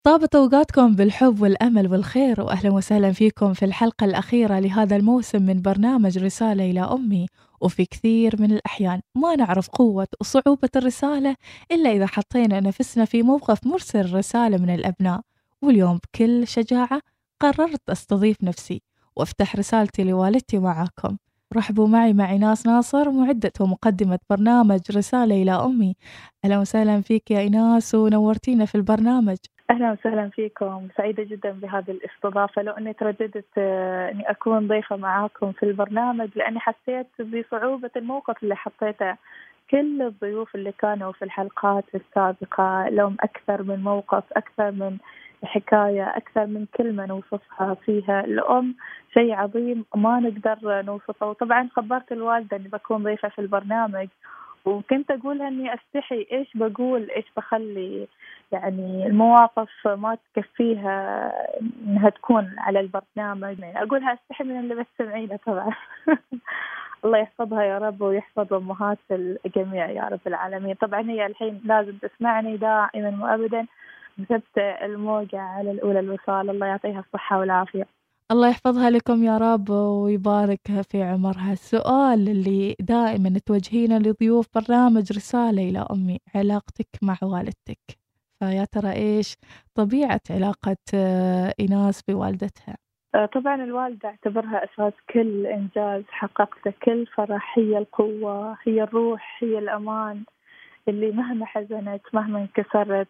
طابت أوقاتكم بالحب والأمل والخير، وأهلا وسهلا فيكم في الحلقة الأخيرة لهذا الموسم من برنامج رسالة إلى أمي. وفي كثير من الأحيان ما نعرف قوة وصعوبة الرسالة إلا إذا حطينا نفسنا في موقف مرسل رسالة من الأبناء. واليوم بكل شجاعة قررت أستضيف نفسي وأفتح رسالتي لوالدتي معاكم. رحبوا معي مع إيناس ناصر، معدة ومقدمة برنامج رسالة إلى أمي. أهلا وسهلا فيك يا إيناس ونورتينا في البرنامج. أهلا وسهلا فيكم، سعيدة جدا بهذه الاستضافة. لو أني ترددت أني أكون ضيفة معاكم في البرنامج لأني حسيت بصعوبة الموقف اللي حطيته. كل الضيوف اللي كانوا في الحلقات السابقة لهم أكثر من موقف، أكثر من حكاية، أكثر من كلمة نوصفها فيها الأم. شيء عظيم ما نقدر نوصفه. وطبعا خبرت الوالدة أني بكون ضيفة في البرنامج، وكنت أقولها إني أستحي إيش بقول، إيش بخلي، يعني المواقف ما تكفيها إنها تكون على البرنامج. يعني أقولها أستحي من اللي بتسمعينه طبعا. الله يحفظها يا رب ويحفظ أمهات الجميع يا رب العالمين. طبعا هي الحين لازم تسمعني دائما وأبدا بثبت الموجة على الأولى الوصال. الله يعطيها الصحة والعافية. الله يحفظها لكم يا رب ويبارك في عمرها. السؤال اللي دائما توجهينه لضيوف برنامج رسالة إلى أمي: علاقتك مع والدتك. فيا ترى إيش طبيعة علاقة إيناس بوالدتها؟ طبعا الوالدة أعتبرها أساس كل إنجاز حققته، كل فرح. هي القوة، هي الروح، هي الأمان اللي مهما حزنت، مهما انكسرت،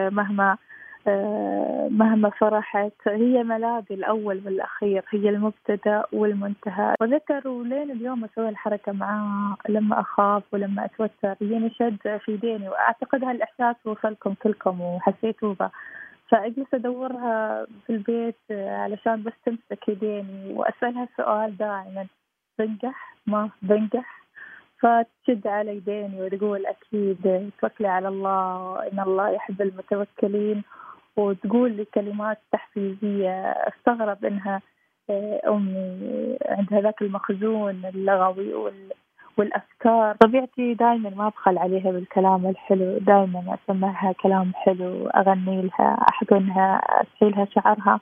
مهما فرحت، هي ملاذي الأول والأخير، هي المبتدأ والمنتهى. وذكروا لين اليوم أسوي الحركة معاه لما أخاف ولما أتوتر، ينشد في ديني، وأعتقد هالإحساس وصلكم كلكم وحسيتوا به. فأجلس أدورها في البيت علشان بس تمسك يديني، وأسألها سؤال دائما: بنجح ما بنجح؟ فتشد على يديني وتقول أكيد، توكلي على الله، إن الله يحب المتوكلين. وتقول لي كلمات تحفيزية. استغرب إنها أمي عندها ذاك المخزون اللغوي والأفكار. طبيعتي دائما ما أبخل عليها بالكلام الحلو، دائما أسمعها كلام حلو، أغني لها، أحضنها، أسعي لها شعرها.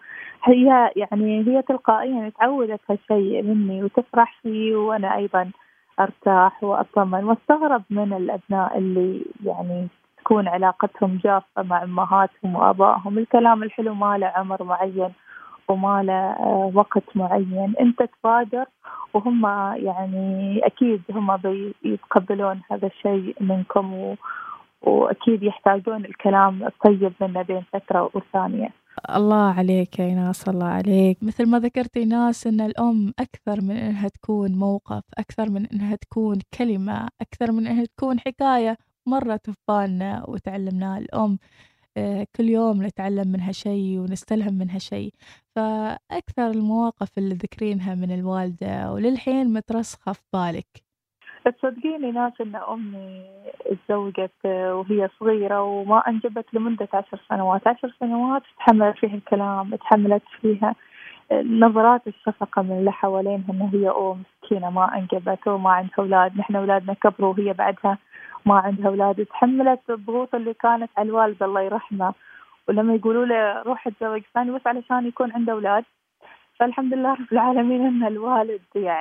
هي تلقائيا تعودت هالشيء مني وتفرح فيه، وأنا أيضا أرتاح وأطمن. واستغرب من الأبناء اللي تكون علاقتهم جافة مع أمهاتهم وآبائهم. الكلام الحلو ما له عمر معين وما له وقت معين. أنت تبادر وهم أكيد هم بيتقبلون هذا الشيء منكم، وأكيد يحتاجون الكلام الطيب منا بين فترة وثانية. الله عليك يا إيناس، الله عليك. مثل ما ذكرت إيناس إن الأم أكثر من إنها تكون موقف، أكثر من إنها تكون كلمة، أكثر من إنها تكون حكاية مرت في بالنا وتعلمناها. الأم كل يوم نتعلم منها شيء ونستلهم منها شيء. فأكثر المواقف اللي ذكرينها من الوالدة وللحين مترسخة في بالك. تصدقيني ناس إن أمي اتزوجت وهي صغيرة وما أنجبت لمدة 10 سنوات. 10 سنوات تحملت فيها الكلام، تحملت فيها نظرات الشفقة من اللي حوالينها، إن هي مسكينة ما أنجبت وما عندها أولاد. نحن أولادنا كبروا وهي بعدها ما عندها أولاد. تحملت الضغوط اللي كانت على الوالد الله يرحمه، ولما يقولوا له روح اتزوج ثاني بس علشان يكون عنده أولاد. فالحمد لله رب العالمين أن الوالد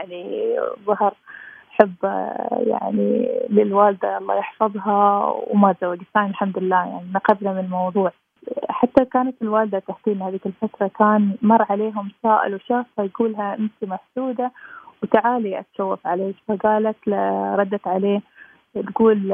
ظهر حب للوالدة الله يحفظها، وما تزوج ثاني الحمد لله. نقبنا من الموضوع. حتى كانت الوالدة تحكي لنا هذيك الفترة كان مر عليهم سائل وشافها يقولها أنت محسودة وتعالي أتشوف عليك. فقالت ردت عليه تقول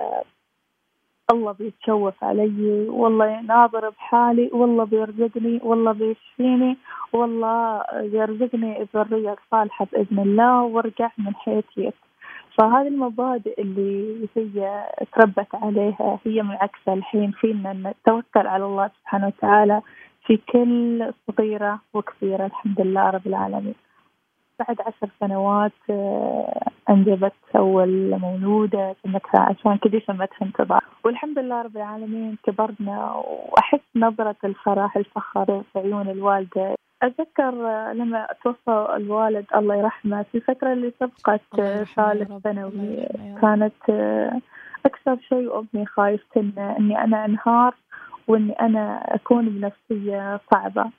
الله بيتشوف علي، والله ناظر بحالي، والله بيرزقني، والله بيشفيني، والله يرزقني الذرية الصالحة بإذن الله وارجع من حياتي. فهذه المبادئ اللي هي تربت عليها هي منعكسة الحين فينا، أن نتوكل على الله سبحانه وتعالى في كل صغيرة وكبيرة. الحمد لله رب العالمين. بعد 10 سنوات أنجبت أول مولودة، سمتها عشان كذي سمتها انتظار. والحمد لله رب العالمين كبرنا، وأحس نظرة الفرح الفخر في عيون الوالدة. أتذكر لما توفى الوالد الله يرحمه في الفترة اللي سبقت ثالث ثانوي، كانت أكثر شيء أمي خايفة إني أنا أنهار وإني أنا أكون بنفسية صعبة،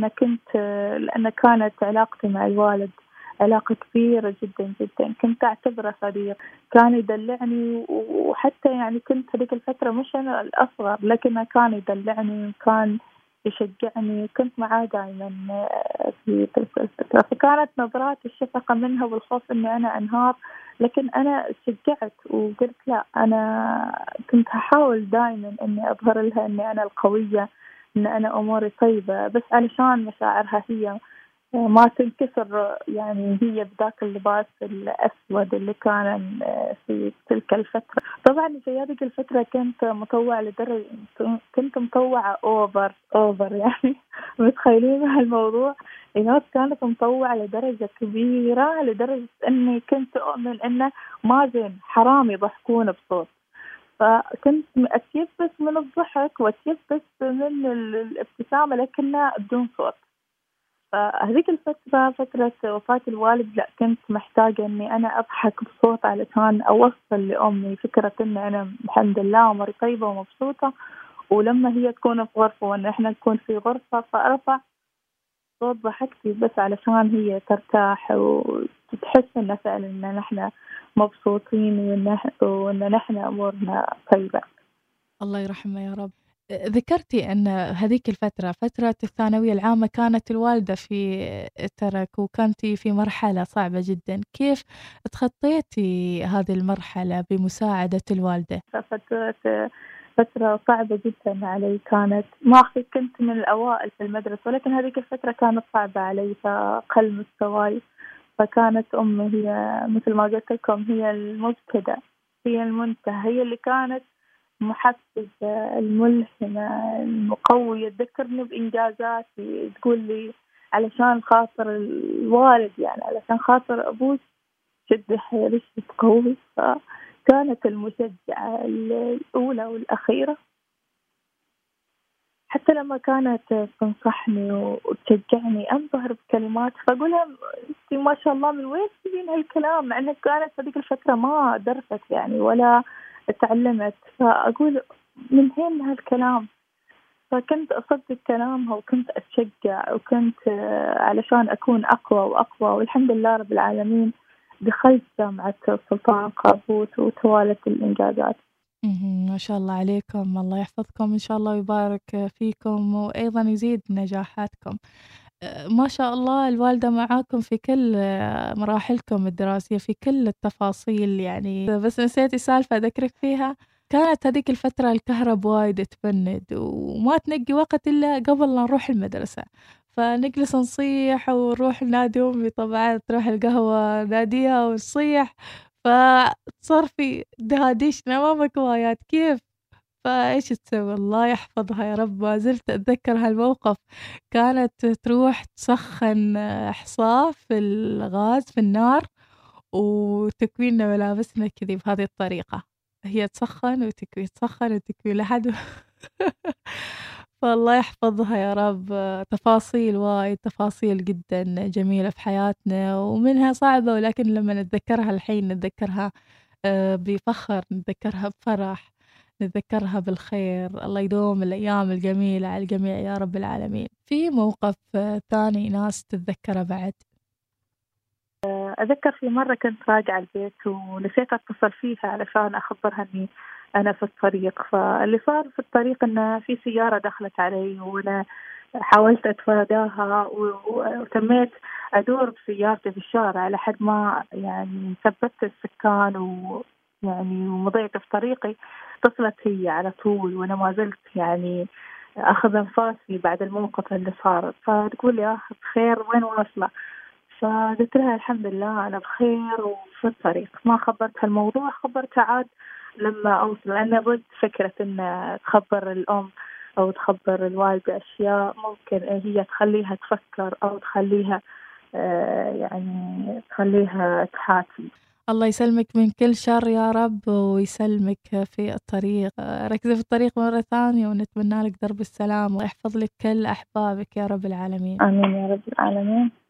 لأن كانت علاقتي مع الوالد علاقة كبيرة جدا جدا. كنت أعتبره صديق، كان يدلعني، وحتى يعني كنت هذيك الفترة مش أنا الأصغر، لكنه كان يدلعني وكان يشجعني، كنت معاه دائما في تلك الفترة. فكانت نظرات الشفقة منها والخوف إني أنا أنهار، لكن أنا شجعت وقلت لا، أنا كنت أحاول دائما إني أظهر لها إني أنا القوية، إن أنا أموري طيبة، بس علشان مشاعرها هي ما تنكسر. يعني هي بذاك اللباس الأسود اللي كان في تلك الفترة. طبعا في هذه الفترة كنت مطوعة لدرجة، كنت مطوعة أوفر يعني متخيلين هالموضوع. إنه كانت مطوعة لدرجة كبيرة، لدرجة إني كنت أؤمن إنه ما زين، حرام يضحكون بصوت. فكنت أتيبس من الضحك وأتيبس من الابتسامة، لكنها بدون صوت. فهذيك الفترة، فترة وفاة الوالد، لا كنت محتاجة إني أنا أضحك بصوت علشان أوصل لأمي فكرة إن أنا الحمد لله أموري طيبة ومبسوطة. ولما هي تكون في غرفة وإن إحنا نكون في غرفة، فأرفع صوت ضحكتي بس علشان هي ترتاح وتحس إن فعلا إن نحن مبسوطين وإن نحن أمورنا طيبة. الله يرحمه يا رب. ذكرتي أن هذيك الفترة، فترة الثانوية العامة، كانت الوالدة في ترك وكنتي في مرحلة صعبة جدا. كيف تخطيتي هذه المرحلة بمساعدة الوالدة؟ فترة صعبة جدا علي كانت. ما أخفي كنت من الأوائل في المدرسة، ولكن هذيك الفترة كانت صعبة علي فقل مستواي. فكانت أمي هي مثل ما قلت لكم هي المبتدأ، هي المنتهى، هي اللي كانت محفزة، الملهمة، المقوية، تذكرني بإنجازاتي، تقول لي علشان خاطر الوالد، يعني علشان خاطر أبوك شد حيلك تقوي. فكانت المشجعة الأولى والأخيرة. حتى لما كانت تنصحني وتشجعني أنبهر بكلمات، فأقولها أنتي ما شاء الله من وين تجين هالكلام، مع أنها كانت هذيك الفترة ما درست يعني ولا تعلمت. فأقول من وين هالكلام؟ فكنت أصدق كلامها وكنت أتشجع، وكنت علشان أكون أقوى وأقوى. والحمد لله رب العالمين دخلت جامعة سلطان قابوس وتوالت الإنجازات. ما شاء الله عليكم، الله يحفظكم إن شاء الله ويبارك فيكم وأيضا يزيد نجاحاتكم. ما شاء الله الوالدة معاكم في كل مراحلكم الدراسية، في كل التفاصيل يعني. بس نسيتي سالفة أذكرك فيها. كانت هذيك الفترة الكهرب وايد تفند وما تنقي وقت إلا قبل لا نروح المدرسة، فنجلس نصيح ونروح نادي أمي، طبعا تروح القهوة ناديها ونصيح، فصار في دهاديشنا ما مكوايات كيف. فإيش تسوي، الله يحفظها يا رب، ما زلت أتذكر هالموقف. كانت تروح تسخن حصاة في الغاز في النار وتكوي لنا ملابسنا كذي بهذه الطريقة. هي تسخن وتكوي، تسخن وتكوي لحد فالله يحفظها يا رب. تفاصيل وايد، تفاصيل جدا جميلة في حياتنا، ومنها صعبة، ولكن لما نتذكرها الحين نتذكرها بفخر، نتذكرها بفرح، نتذكرها بالخير. الله يدوم الأيام الجميلة على الجميع يا رب العالمين. في موقف ثاني ناس تتذكره بعد؟ أتذكر في مرة كنت راجعة البيت ونسيت أتصل فيها علشان أخبرها إني أنا في الطريق. فاللي صار في الطريق إن في سيارة دخلت علي، وأنا حاولت أتفاداها وتميت أدور بسيارتي في الشارع لحد ما يعني ثبتت السكان ويعني ومضيت في طريقي. اتصلت هي على طول وأنا ما زلت يعني أخذ أنفاسي بعد الموقف اللي صار. فتقول لي خير وين واصلة؟ فقلت لها الحمد لله أنا بخير وفي الطريق. ما خبرتها الموضوع، خبرتها عاد لما أوصل، لأن ضد فكرة إن تخبر الأم أو تخبر الوالدة أشياء ممكن هي تخليها تفكر أو تخليها يعني تخليها تحاتي. الله يسلمك من كل شر يا رب ويسلمك في الطريق. ركزي في الطريق مرة ثانية ونتمنى لك درب السلام، ويحفظ لك كل أحبابك يا رب العالمين. آمين يا رب العالمين.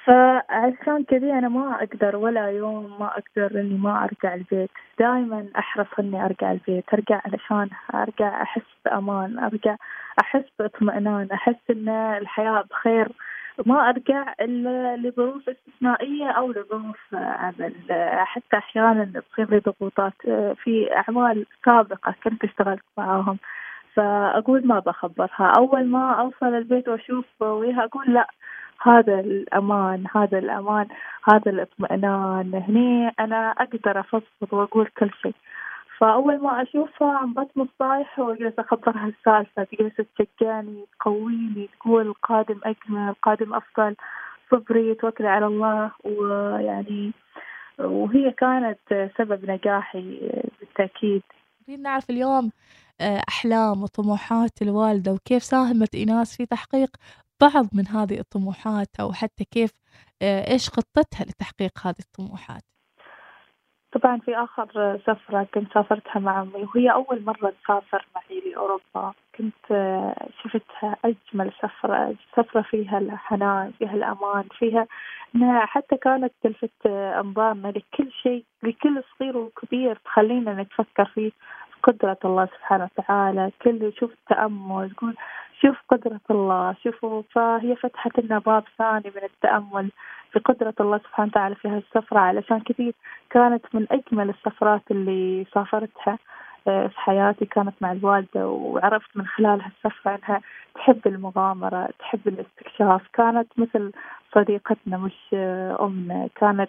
فعشان كذي أنا ما أقدر ولا يوم ما أقدر إني ما أرجع البيت. دائما أحرص إني أرجع البيت، أرجع علشان أرجع أحس بأمان، أرجع أحس باطمئنان، أحس إن الحياة بخير. ما أرجع إلا لظروف استثنائية أو لظروف عمل. حتى أحيانا تصير لي ضغوطات في أعمال سابقة كنت اشتغلت معاهم، فأقول ما بخبرها. أول ما أوصل البيت وأشوف وياها أقول لا، هذا الأمان، هذا الأمان، هذا الاطمئنان، هني أنا أقدر أفضفض وأقول كل شيء. فأول ما أشوفها انبطم الصايح وأجلس أخبرها السالفة، تجلس تشجعني، تقويني، تقول القادم أجمل، القادم أفضل، صبري، توكلي على الله. ويعني وهي كانت سبب نجاحي بالتأكيد. نريد نعرف اليوم أحلام وطموحات الوالدة، وكيف ساهمت إيناس في تحقيق بعض من هذه الطموحات، أو حتى كيف إيش خطتها لتحقيق هذه الطموحات. طبعا في آخر سفرة كنت سافرتها مع أمي، وهي أول مرة تسافر معي لأوروبا، كنت شفتها أجمل سفرة، سفرة فيها الحنان، فيها الأمان، فيها إنها حتى كانت تلفت أنظارنا لكل شيء، لكل صغير وكبير، تخلينا نتفكر فيه، في قدرة الله سبحانه وتعالى. كل شوف التأمل، تقول شوف قدرة الله، شوفوا. فهي فتحت لنا باب ثاني من التأمل في قدرة الله سبحانه وتعالى في هالسفرة. علشان كثير كانت من أجمل السفرات اللي سافرتها في حياتي، كانت مع الوالدة، وعرفت من خلال هالسفرة أنها تحب المغامرة، تحب الاستكشاف. كانت مثل صديقتنا، مش أمنا، كانت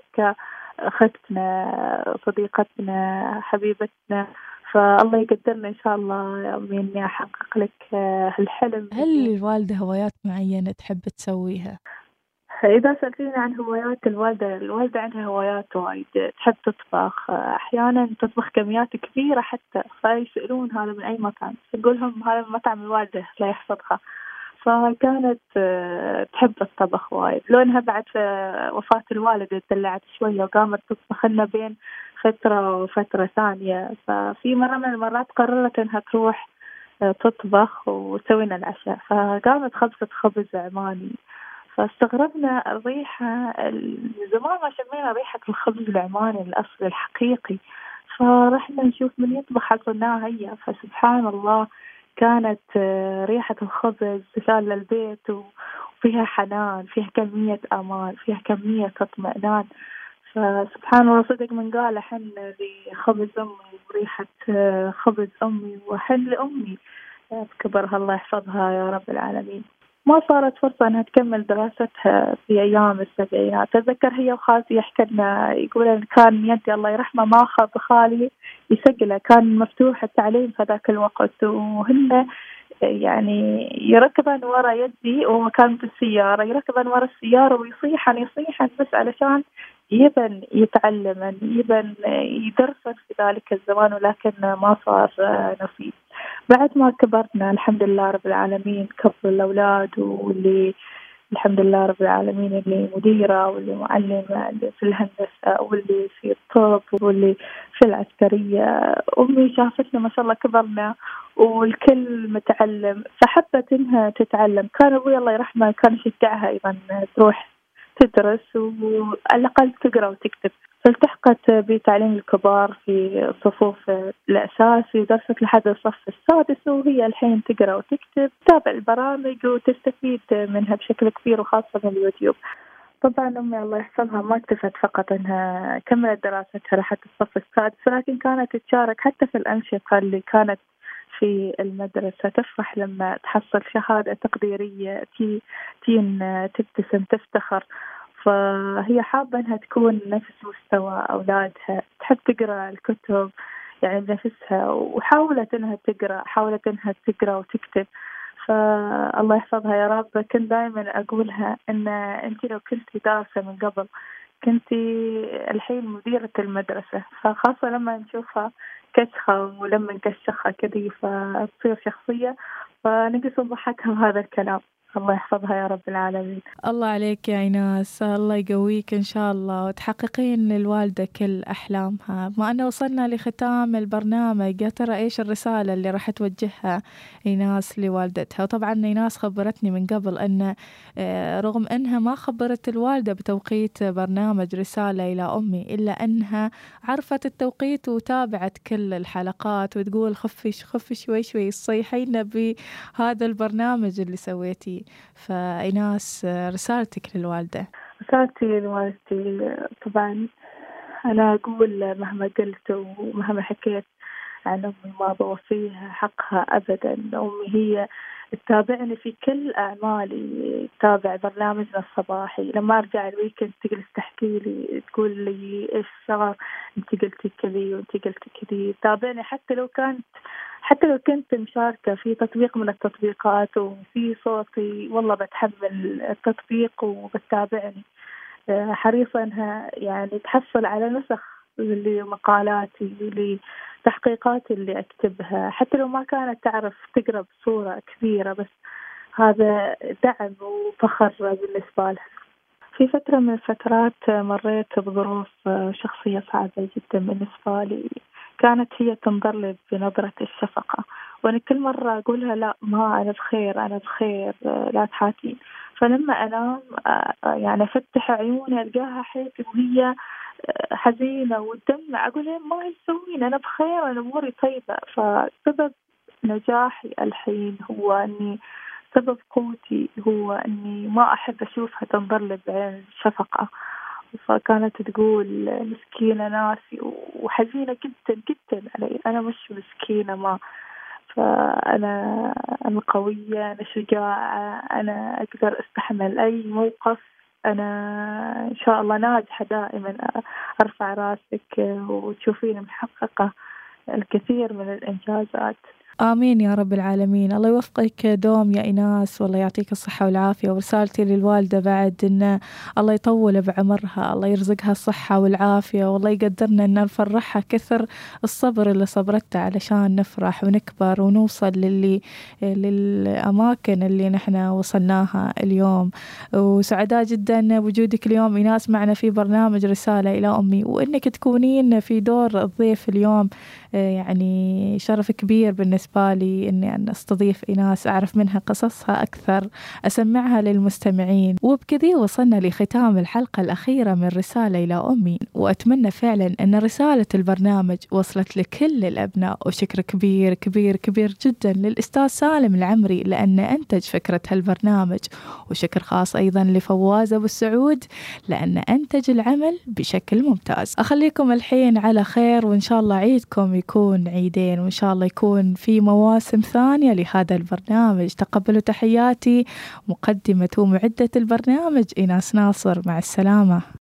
كأختنا، صديقتنا، حبيبتنا. فالله يقدرنا إن شاء الله يا أمي إني أحقق لك هالحلم. هل للوالدة هوايات معينة تحب تسويها؟ إذا سألتيني عن هوايات الوالدة عندها هوايات وايد. تحب تطبخ، أحيانا تطبخ كميات كبيرة حتى، فيسألون هذا من أي مكان، نقول لهم هذا من مطعم الوالدة لا يحفظها. فكانت تحب الطبخ وايد، لو إنها بعد وفاة الوالد دلعت شوية وقامت تطبخ لنا بين فترة وفترة ثانية. ففي مرة من المرات قررت إنها تروح تطبخ وتسوي لنا العشاء، فقامت خبزت خبز عماني. فاستغربنا الريحة، زمان ما شمينا ريحة الخبز العماني الأصلي الحقيقي. فرحنا نشوف من يطبخ، حصلناها هي. فسبحان الله كانت ريحة الخبز تشال للبيت، وفيها حنان، فيها كمية أمان، فيها كمية اطمئنان. فسبحان الله صدق من قال حن لخبز أمي وريحة خبز أمي، وحن لأمي بكبرها الله يحفظها يا رب العالمين. ما صارت فرصة أنها تكمل دراستها في أيام السبعينات. أتذكر هي وخالتي يحكي لنا، يقول إن كان يدي الله يرحمه ما خاب خالي يسجله، كان مفتوح التعليم في ذاك الوقت، وهن يعني يركبن ورا يدي، وهو كان بالسيارة يركبن ورا السيارة ويصيحن يصيحن بس علشان يبن يتعلم، يبن يدرسن في ذلك الزمان، ولكن ما صار نصيب. بعد ما كبرنا الحمد لله رب العالمين، كبروا الأولاد، واللي الحمد لله رب العالمين اللي مديرة، واللي معلمة، اللي في الهندسة، واللي في الطب، واللي في العسكرية. أمي شافتنا ما شاء الله كبرنا والكل متعلم، فحبت إنها تتعلم. كان أبوي الله يرحمه كان يشجعها أيضا تروح تدرس وعلى الأقل تقرأ وتكتب. فالتحقت بتعليم الكبار في صفوف الأساسي، ودرست لحد الصف السادس، وهي الحين تقرأ وتكتب، تتابع البرامج وتستفيد منها بشكل كبير، وخاصة من اليوتيوب. طبعا أمي الله يحفظها ما اكتفت فقط أنها كملت دراستها لحد الصف السادس، ولكن كانت تشارك حتى في الأنشطة اللي كانت في المدرسة. تفرح لما تحصل شهادة تقديرية، تين تبتسم تفتخر. فهي حابة أنها تكون نفس مستوى أولادها، تحب تقرأ الكتب يعني بنفسها، وحاولت أنها تقرأ، حاولت أنها تقرأ وتكتب. فالله يحفظها يا رب. كنت دائما أقولها أن أنت لو كنتي دارسة من قبل كنتي الحين مديرة المدرسة. فخاصة لما نشوفها كشخة، ولما نكشخها كذي فتصير شخصية، فنقص نضحكها بهذا الكلام. الله يحفظها يا رب العالمين. الله عليك يا إيناس، الله يقويك إن شاء الله وتحققين للوالدة كل أحلامها. بما أنه وصلنا لختام البرنامج، يا ترى إيش الرسالة اللي راح توجهها إيناس لوالدتها؟ وطبعا إيناس خبرتني من قبل أن رغم أنها ما خبرت الوالدة بتوقيت برنامج رسالة إلى أمي، إلا أنها عرفت التوقيت وتابعت كل الحلقات، وتقول خفي شوي تصيحينا بهذا البرنامج اللي سويتيه. فإيناس رسالتك للوالدة. رسالتي لوالدتي طبعا أنا أقول مهما قلت ومهما حكيت عن أمي ما بوفيها حقها أبدا. أمي هي تتابعني في كل أعمالي، تتابع برنامجنا الصباحي، لما أرجع الويكند تجلس تحكي لي، تقول لي إيش صار، أنت قلتي كذي وأنت قلتي كذي. تتابعني حتى لو كنت مشاركة في تطبيق من التطبيقات وفي صوتي، والله بتحمل التطبيق وبتتابعني. حريصة أنها يعني تحصل على نسخ لمقالاتي لتحقيقاتي اللي أكتبها، حتى لو ما كانت تعرف تقرأ بصورة كبيرة، بس هذا دعم وفخر بالنسبة لها. في فترة من الفترات مريت بظروف شخصية صعبة جدا بالنسبة لي، كانت هي تنظر لي بنظرة الشفقة، وأنا كل مرة أقولها لا، ما أنا بخير أنا بخير، لا تحاتين. فلما أنام يعني أفتح عيوني ألقاها حياتي وهي حزينة وتدمع، أقول ما هي تسوين، أنا بخير أنا أموري طيبة. فسبب نجاحي الحين هو أني سبب قوتي هو أني ما أحب أشوفها تنظر لي بعين شفقة. فكانت تقول مسكينة ناسي وحزينة جدا جدا علي. أنا مش مسكينة، ما أنا قوية، أنا شجاعة، أنا أقدر أستحمل أي موقف، أنا إن شاء الله ناجحة دائما. أرفع راسك وتشوفيني محققة الكثير من الإنجازات. آمين يا رب العالمين. الله يوفقك دوم يا إيناس، والله يعطيك الصحة والعافية. ورسالتي للوالدة بعد إن الله يطول بعمرها، الله يرزقها الصحة والعافية، والله يقدرنا إن نفرحها كثر الصبر اللي صبرته علشان نفرح ونكبر ونوصل للأماكن اللي نحن وصلناها اليوم. وسعداء جدا بوجودك اليوم إيناس معنا في برنامج رسالة إلى أمي، وإنك تكونين في دور الضيف اليوم يعني شرف كبير بالنسبة لي إني أنا أستضيف إيناس، أعرف منها قصصها أكثر، أسمعها للمستمعين. وبكذي وصلنا لختام الحلقة الأخيرة من رسالة إلى أمي، وأتمنى فعلا أن رسالة البرنامج وصلت لكل الأبناء. وشكر كبير كبير كبير جدا للأستاذ سالم العمري لأن أنتج فكرة هالبرنامج، وشكر خاص أيضا لفواز أبو السعود لأن أنتج العمل بشكل ممتاز. أخليكم الحين على خير، وإن شاء الله عيدكم يكون عيدين، وإن شاء الله يكون في مواسم ثانية لهذا البرنامج. تقبلوا تحياتي مقدمة ومعدة البرنامج إيناس ناصر، مع السلامة.